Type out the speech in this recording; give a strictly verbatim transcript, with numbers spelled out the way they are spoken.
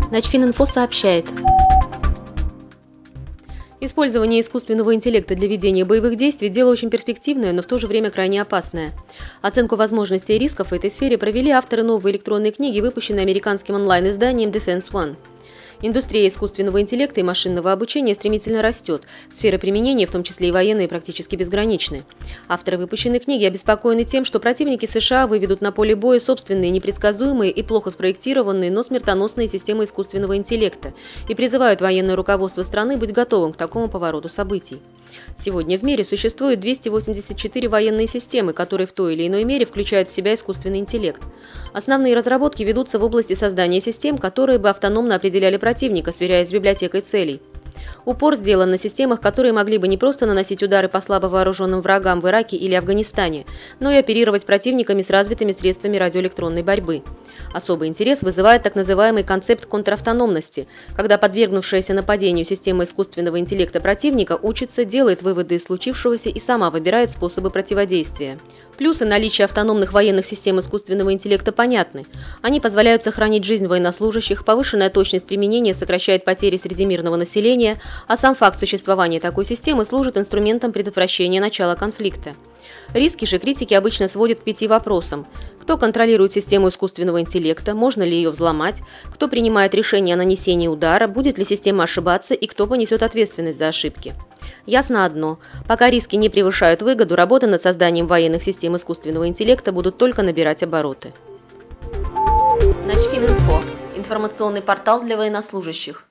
Начфининфо сообщает. Использование искусственного интеллекта для ведения боевых действий – дело очень перспективное, но в то же время крайне опасное. Оценку возможностей и рисков в этой сфере провели авторы новой электронной книги, выпущенной американским онлайн-изданием Defense One. Индустрия искусственного интеллекта и машинного обучения стремительно растет. Сферы применения, в том числе и военные, практически безграничны. Авторы выпущенной книги обеспокоены тем, что противники США выведут на поле боя собственные непредсказуемые и плохо спроектированные, но смертоносные системы искусственного интеллекта и призывают военное руководство страны быть готовым к такому повороту событий. Сегодня в мире существует двести восемьдесят четыре военные системы, которые в той или иной мере включают в себя искусственный интеллект. Основные разработки ведутся в области создания систем, которые бы автономно определяли противника, сверяясь с библиотекой целей. Упор сделан на системах, которые могли бы не просто наносить удары по слабо вооруженным врагам в Ираке или Афганистане, но и оперировать противниками с развитыми средствами радиоэлектронной борьбы. Особый интерес вызывает так называемый концепт контравтономности, когда подвергнувшаяся нападению система искусственного интеллекта противника учится, делает выводы из случившегося и сама выбирает способы противодействия. Плюсы наличия автономных военных систем искусственного интеллекта понятны. Они позволяют сохранить жизнь военнослужащих, повышенная точность применения сокращает потери среди мирного населения, а сам факт существования такой системы служит инструментом предотвращения начала конфликта. Риски же критики обычно сводят к пяти вопросам. Кто контролирует систему искусственного интеллекта, можно ли ее взломать, кто принимает решение о нанесении удара, будет ли система ошибаться и кто понесет ответственность за ошибки. Ясно одно. Пока риски не превышают выгоду, работы над созданием военных систем искусственного интеллекта будут только набирать обороты. Начфининфо – информационный портал для военнослужащих.